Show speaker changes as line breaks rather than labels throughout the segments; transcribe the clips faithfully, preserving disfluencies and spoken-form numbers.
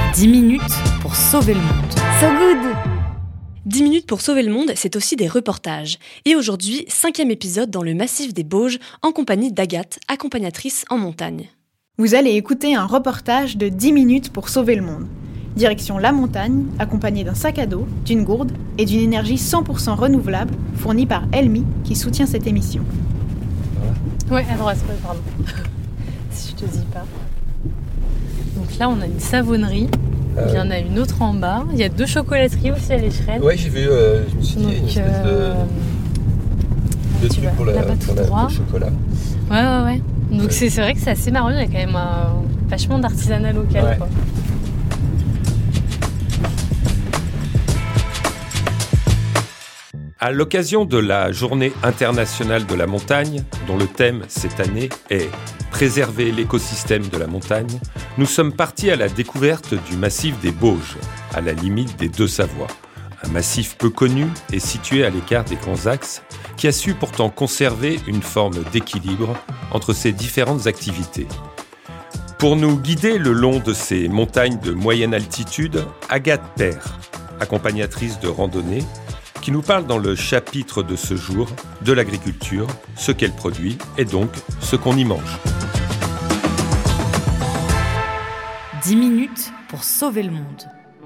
dix minutes pour sauver le monde.
So good!
dix minutes pour sauver le monde, c'est aussi des reportages. Et aujourd'hui, cinquième épisode dans le massif des Bauges, en compagnie d'Agathe, accompagnatrice en montagne.
Vous allez écouter un reportage de dix minutes pour sauver le monde. Direction la montagne, accompagné d'un sac à dos, d'une gourde et d'une énergie cent pour cent renouvelable fournie par Elmi, qui soutient cette émission.
Ouais, à droite, pardon. Si je te dis pas. Donc là, on a une savonnerie. Euh... Il y en a une autre en bas. Il y a deux chocolateries aussi à l'échelle.
Ouais, j'ai vu, euh, je me suis dit,
Donc,
une espèce
euh...
de, de truc pour, la, pour, la, pour le chocolat.
Ouais, ouais, ouais. Donc ouais. C'est, c'est vrai que c'est assez marrant, il y a quand même un, vachement d'artisanat local. Ouais. Quoi.
À l'occasion de la Journée internationale de la montagne, dont le thème cette année est « Préserver l'écosystème de la montagne », nous sommes partis à la découverte du massif des Bauges, à la limite des deux Savoies. Un massif peu connu et situé à l'écart des grands axes, qui a su pourtant conserver une forme d'équilibre entre ses différentes activités. Pour nous guider le long de ces montagnes de moyenne altitude, Agathe Père, accompagnatrice de randonnée, qui nous parle dans le chapitre de ce jour de l'agriculture, ce qu'elle produit et donc ce qu'on y mange.
dix minutes pour sauver le monde.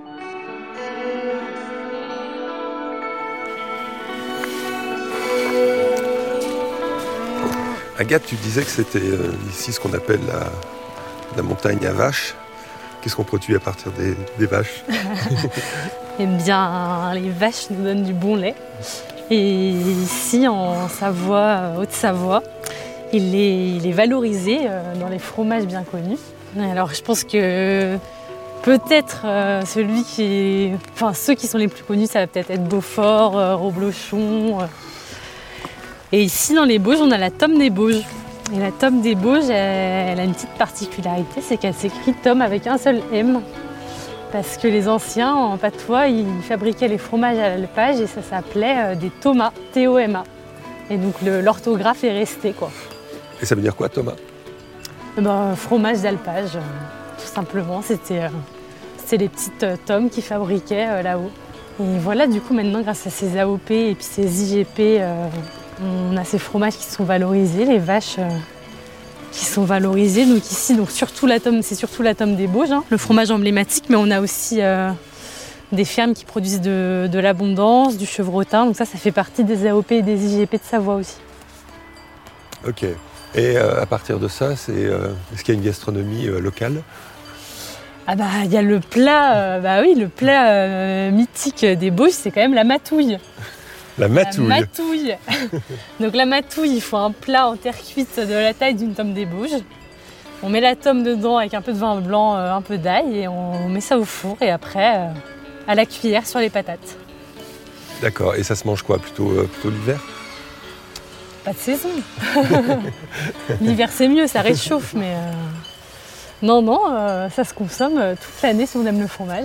Agathe, tu disais que c'était euh, ici ce qu'on appelle la, la montagne à vaches. Qu'est-ce qu'on produit à partir des, des vaches?
Eh bien, les vaches nous donnent du bon lait. Et ici, en Savoie, Haute-Savoie, il est, il est valorisé euh, dans les fromages bien connus. Alors, je pense que peut-être euh, celui qui est... Enfin, ceux qui sont les plus connus, ça va peut-être être Beaufort, euh, Roblochon. Euh. Et ici, dans les Bauges, on a la Tome des Bauges. Et la Tome des Bauges, elle, elle a une petite particularité, c'est qu'elle s'écrit Tome avec un seul M. Parce que les anciens, en patois, ils fabriquaient les fromages à l'alpage et ça s'appelait euh, des Thomas, T O M A. Et donc le, l'orthographe est restée, quoi.
Et ça veut dire quoi, Thomas?
Eh ben, fromage d'alpage, euh, tout simplement. C'était, euh, c'était les petites euh, tomes qu'ils fabriquaient euh, là-haut. Et voilà, du coup, maintenant, grâce à ces A O P et puis ces I G P, euh, on a ces fromages qui sont valorisés, les vaches euh, qui sont valorisées. Donc ici, donc surtout la tome, c'est surtout la Tome des Bauges, hein, le fromage emblématique, mais on a aussi euh, des fermes qui produisent de, de l'abondance, du chevrotin. Donc ça, ça fait partie des A O P et des I G P de Savoie aussi.
Ok. Et euh, à partir de ça, c'est, euh, est-ce qu'il y a une gastronomie euh, locale?
Ah bah, il y a le plat, euh, bah oui, le plat euh, mythique des Bauges, c'est quand même la matouille.
La matouille.
La matouille. Donc la matouille, il faut un plat en terre cuite de la taille d'une tome des Bauges. On met la tome dedans avec un peu de vin blanc, euh, un peu d'ail et on met ça au four et après euh, à la cuillère sur les patates.
D'accord. Et ça se mange quoi? Plutôt, euh, plutôt l'hiver?
Pas de saison. L'hiver c'est mieux, ça réchauffe, mais euh... non, non, euh, ça se consomme euh, toute l'année si on aime le fromage.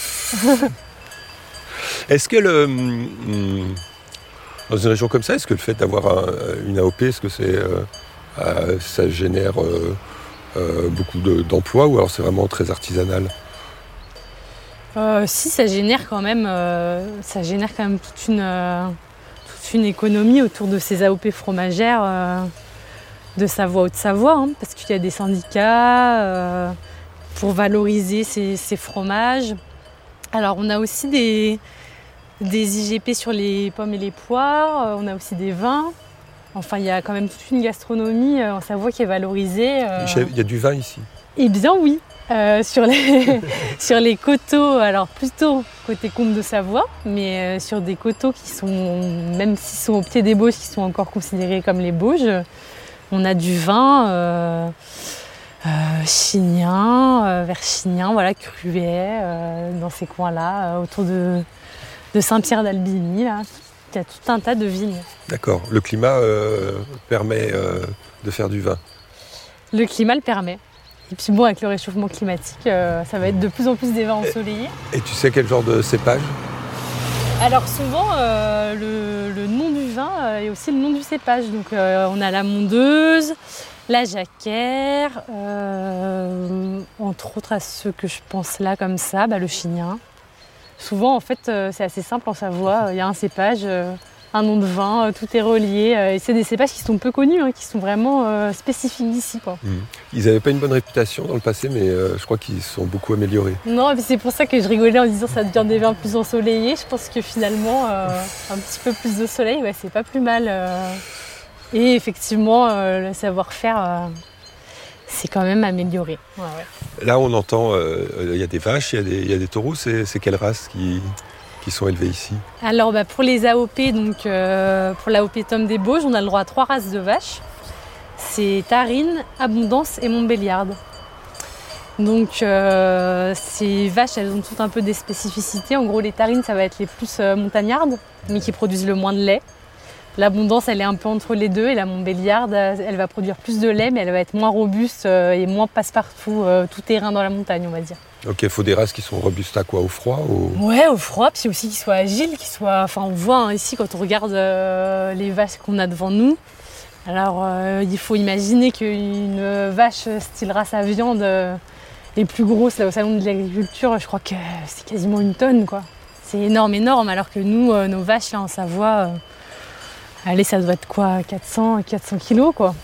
Est-ce que le, hum, dans une région comme ça, est-ce que le fait d'avoir un, une A O P, est-ce que c'est, euh, euh, ça génère euh, euh, beaucoup de, d'emplois ou alors c'est vraiment très artisanal?
euh, Si, ça génère quand même, euh, ça génère quand même toute une, euh, toute une économie autour de ces A O P fromagères euh, de Savoie Haute-Savoie, hein, parce qu'il y a des syndicats euh, pour valoriser ces, ces fromages. Alors on a aussi des, des I G P sur les pommes et les poires, on a aussi des vins. Enfin, il y a quand même toute une gastronomie en Savoie qui est valorisée.
Il y a du vin ici?
Eh bien oui, euh, sur, les sur les coteaux, alors plutôt côté Comte de Savoie, mais euh, sur des coteaux qui sont, même s'ils sont au pied des Bauges, qui sont encore considérés comme les Bauges, on a du vin euh, euh, chignin, euh, verchignin, voilà, Cruet, euh, dans ces coins-là, euh, autour de, de Saint-Pierre-d'Albigny, là. Il y a tout un tas de vignes.
D'accord. Le climat euh, permet euh, de faire du vin? Le
climat le permet. Et puis bon, avec le réchauffement climatique, euh, ça va être de plus en plus des vins ensoleillés.
Et, et tu sais quel genre de cépage?
Alors souvent, euh, le, le nom du vin euh, est aussi le nom du cépage. Donc euh, on a la mondeuse, La jacquère, euh, entre autres à ceux que je pense là comme ça, bah, le chignin. Souvent en fait euh, c'est assez simple en Savoie, il y a un cépage, euh, un nom de vin, euh, tout est relié. Euh, et c'est des cépages qui sont peu connus, hein, qui sont vraiment euh, spécifiques d'ici, quoi.
Mmh. Ils n'avaient pas une bonne réputation dans le passé, mais euh, je crois qu'ils se sont beaucoup améliorés.
Non, et puis c'est pour ça que je rigolais en disant que ça devient des vins plus ensoleillés. Je pense que finalement, euh, un petit peu plus de soleil, ouais, c'est pas plus mal. Euh... Et effectivement, euh, le savoir-faire, euh, c'est quand même amélioré. Ouais, ouais.
Là, on entend, il euh, y a des vaches, il y, y a des taureaux. C'est, c'est quelles races qui, qui sont élevées ici?
Alors, bah, pour les A O P, donc euh, pour l'A O P Tome des Bauges, on a le droit à trois races de vaches. C'est Tarine, Abondance et Montbéliarde. Donc, euh, ces vaches, elles ont toutes un peu des spécificités. En gros, les Tarines, ça va être les plus euh, montagnardes, mais qui produisent le moins de lait. L'Abondance, elle est un peu entre les deux, et la Montbéliarde, elle va produire plus de lait, mais elle va être moins robuste et moins passe-partout, euh, tout terrain dans la montagne, on va dire.
Donc il faut des races qui sont robustes à quoi? Au froid au...
Ouais, au froid, puis aussi qu'ils soient agiles, qu'ils soient... Enfin, on voit hein, ici, quand on regarde euh, les vaches qu'on a devant nous, alors euh, il faut imaginer qu'une vache style race à viande, euh, les plus grosses, là, au salon de l'agriculture, je crois que c'est quasiment une tonne, quoi. C'est énorme, énorme, alors que nous, euh, nos vaches, là, en Savoie... Euh, Allez, ça doit être quoi, quatre cents kilos, quoi.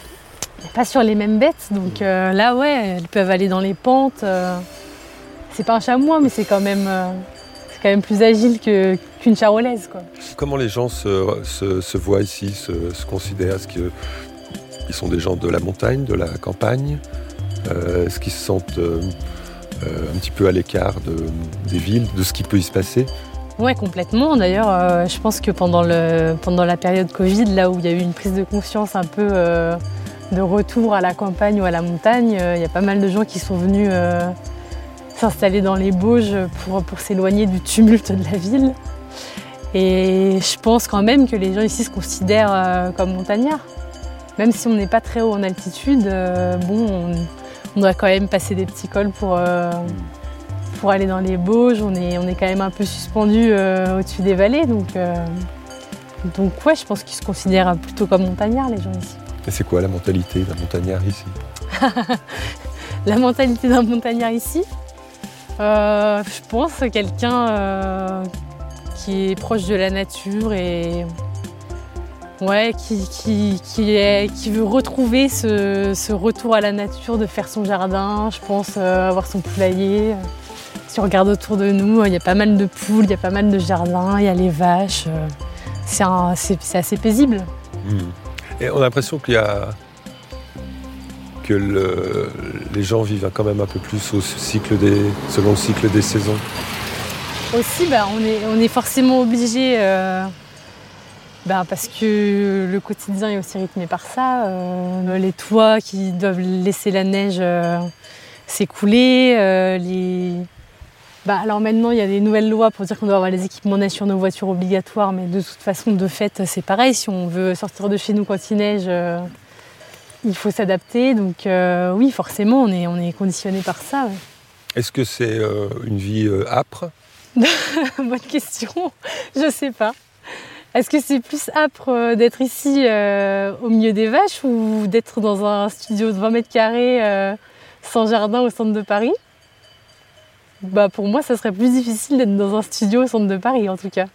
Pas sur les mêmes bêtes, donc euh, là, ouais, elles peuvent aller dans les pentes. Euh, c'est pas un chamois, mais c'est quand même, euh, c'est quand même plus agile que, qu'une charolaise, quoi.
Comment les gens se, se, se voient ici, se, se considèrent? Est-ce qu'ils sont des gens de la montagne, de la campagne? euh, Est-ce qu'ils se sentent euh, euh, un petit peu à l'écart de, des villes, de ce qui peut y se passer?
Ouais, complètement. D'ailleurs, euh, je pense que pendant, le, pendant la période Covid, là où il y a eu une prise de conscience un peu euh, de retour à la campagne ou à la montagne, euh, il y a pas mal de gens qui sont venus euh, s'installer dans les Bauges pour, pour s'éloigner du tumulte de la ville. Et je pense quand même que les gens ici se considèrent euh, comme montagnards. Même si on n'est pas très haut en altitude, euh, bon, on, on doit quand même passer des petits cols pour... Euh, Pour aller dans les Bauges, on est, on est quand même un peu suspendu euh, au-dessus des vallées. Donc, euh, donc ouais, je pense qu'ils se considèrent plutôt comme montagnards, les gens ici.
Et c'est quoi la mentalité d'un montagnard ici?
La mentalité d'un montagnard ici, euh, je pense quelqu'un euh, qui est proche de la nature et ouais, qui, qui, qui, est, qui veut retrouver ce, ce retour à la nature, de faire son jardin, je pense euh, avoir son poulailler. Si on regarde autour de nous, il y a pas mal de poules, il y a pas mal de jardins, il y a les vaches. C'est, un, c'est, c'est assez paisible.
Mmh. Et on a l'impression qu'il y a... que le... les gens vivent quand même un peu plus au cycle des... selon le cycle des saisons.
Aussi, bah, on, est, on est forcément obligé, euh, bah, parce que le quotidien est aussi rythmé par ça. Euh, les toits qui doivent laisser la neige euh, s'écouler, euh, les... Bah, alors maintenant, il y a des nouvelles lois pour dire qu'on doit avoir les équipements neige sur nos voitures obligatoires, mais de toute façon, de fait, c'est pareil. Si on veut sortir de chez nous quand il neige, euh, il faut s'adapter. Donc euh, oui, forcément, on est, on est conditionné par ça. Ouais.
Est-ce que c'est euh, une vie euh, âpre?
Bonne question, je sais pas. Est-ce que c'est plus âpre euh, d'être ici euh, au milieu des vaches ou d'être dans un studio de vingt mètres carrés euh, sans jardin au centre de Paris? Bah pour moi, ça serait plus difficile d'être dans un studio au centre de Paris, en tout cas.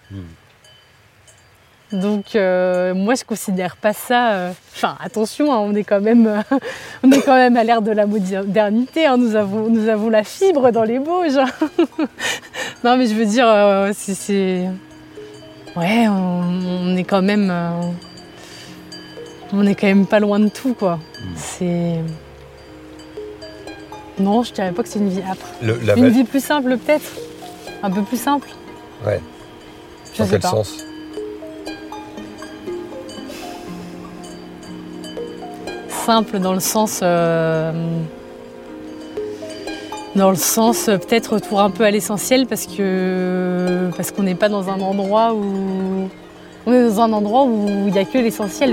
Mmh. Donc, euh, moi, je considère pas ça... Euh... Enfin, attention, hein, on, est quand même, euh, on est quand même à l'ère de la modernité. Hein, nous, avons, nous avons la fibre dans les Bauges. Non, mais je veux dire, euh, c'est, c'est... Ouais, on, on est quand même... Euh... On est quand même pas loin de tout, quoi. Mmh. C'est... Non, je dirais pas que c'est une vie âpre. Le, la une va... vie plus simple, peut-être. Un peu plus simple.
Ouais.
Je
Dans
sais
quel
pas.
sens?
Simple dans le sens... Euh... Dans le sens, euh, peut-être retour un peu à l'essentiel parce que parce qu'on n'est pas dans un endroit où... On est dans un endroit où il n'y a que l'essentiel.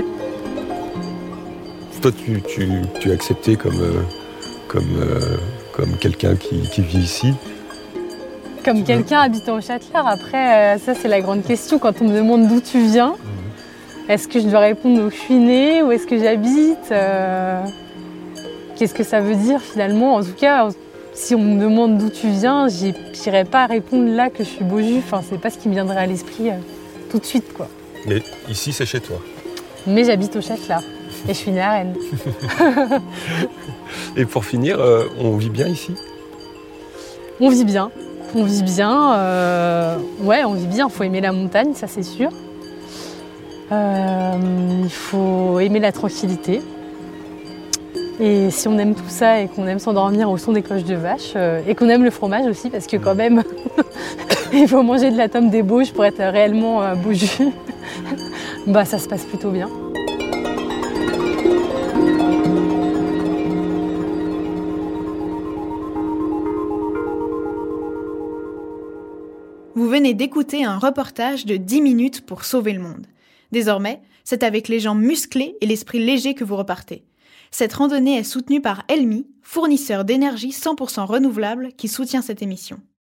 Toi, tu, tu, tu es accepté comme... Euh... Comme, euh, comme quelqu'un qui, qui vit ici.
Comme quelqu'un habitant au Châtelard. Après, euh, ça c'est la grande question. Quand on me demande d'où tu viens, mmh. Est-ce que je dois répondre où je suis née, où est-ce que j'habite euh... Qu'est-ce que ça veut dire finalement? En tout cas, si on me demande d'où tu viens, j'irai pas répondre là que je suis Beaujus. Enfin, c'est pas ce qui me viendrait à l'esprit euh, tout de suite, quoi.
Mais ici, c'est chez toi.
Mais j'habite au Châtelard et je suis née à Rennes.
Et pour finir, euh, on vit bien ici?
On vit bien. On vit bien. Euh... Ouais, on vit bien. Il faut aimer la montagne, ça c'est sûr. Euh... Il faut aimer la tranquillité. Et si on aime tout ça et qu'on aime s'endormir au son des cloches de vache, euh, et qu'on aime le fromage aussi, parce que quand même, il faut manger de la tome des Bauges pour être réellement euh, Beaujus, bah ça se passe plutôt bien.
Vous venez d'écouter un reportage de dix minutes pour sauver le monde. Désormais, c'est avec les jambes musclées et l'esprit léger que vous repartez. Cette randonnée est soutenue par Elmi, fournisseur d'énergie cent pour cent renouvelable qui soutient cette émission.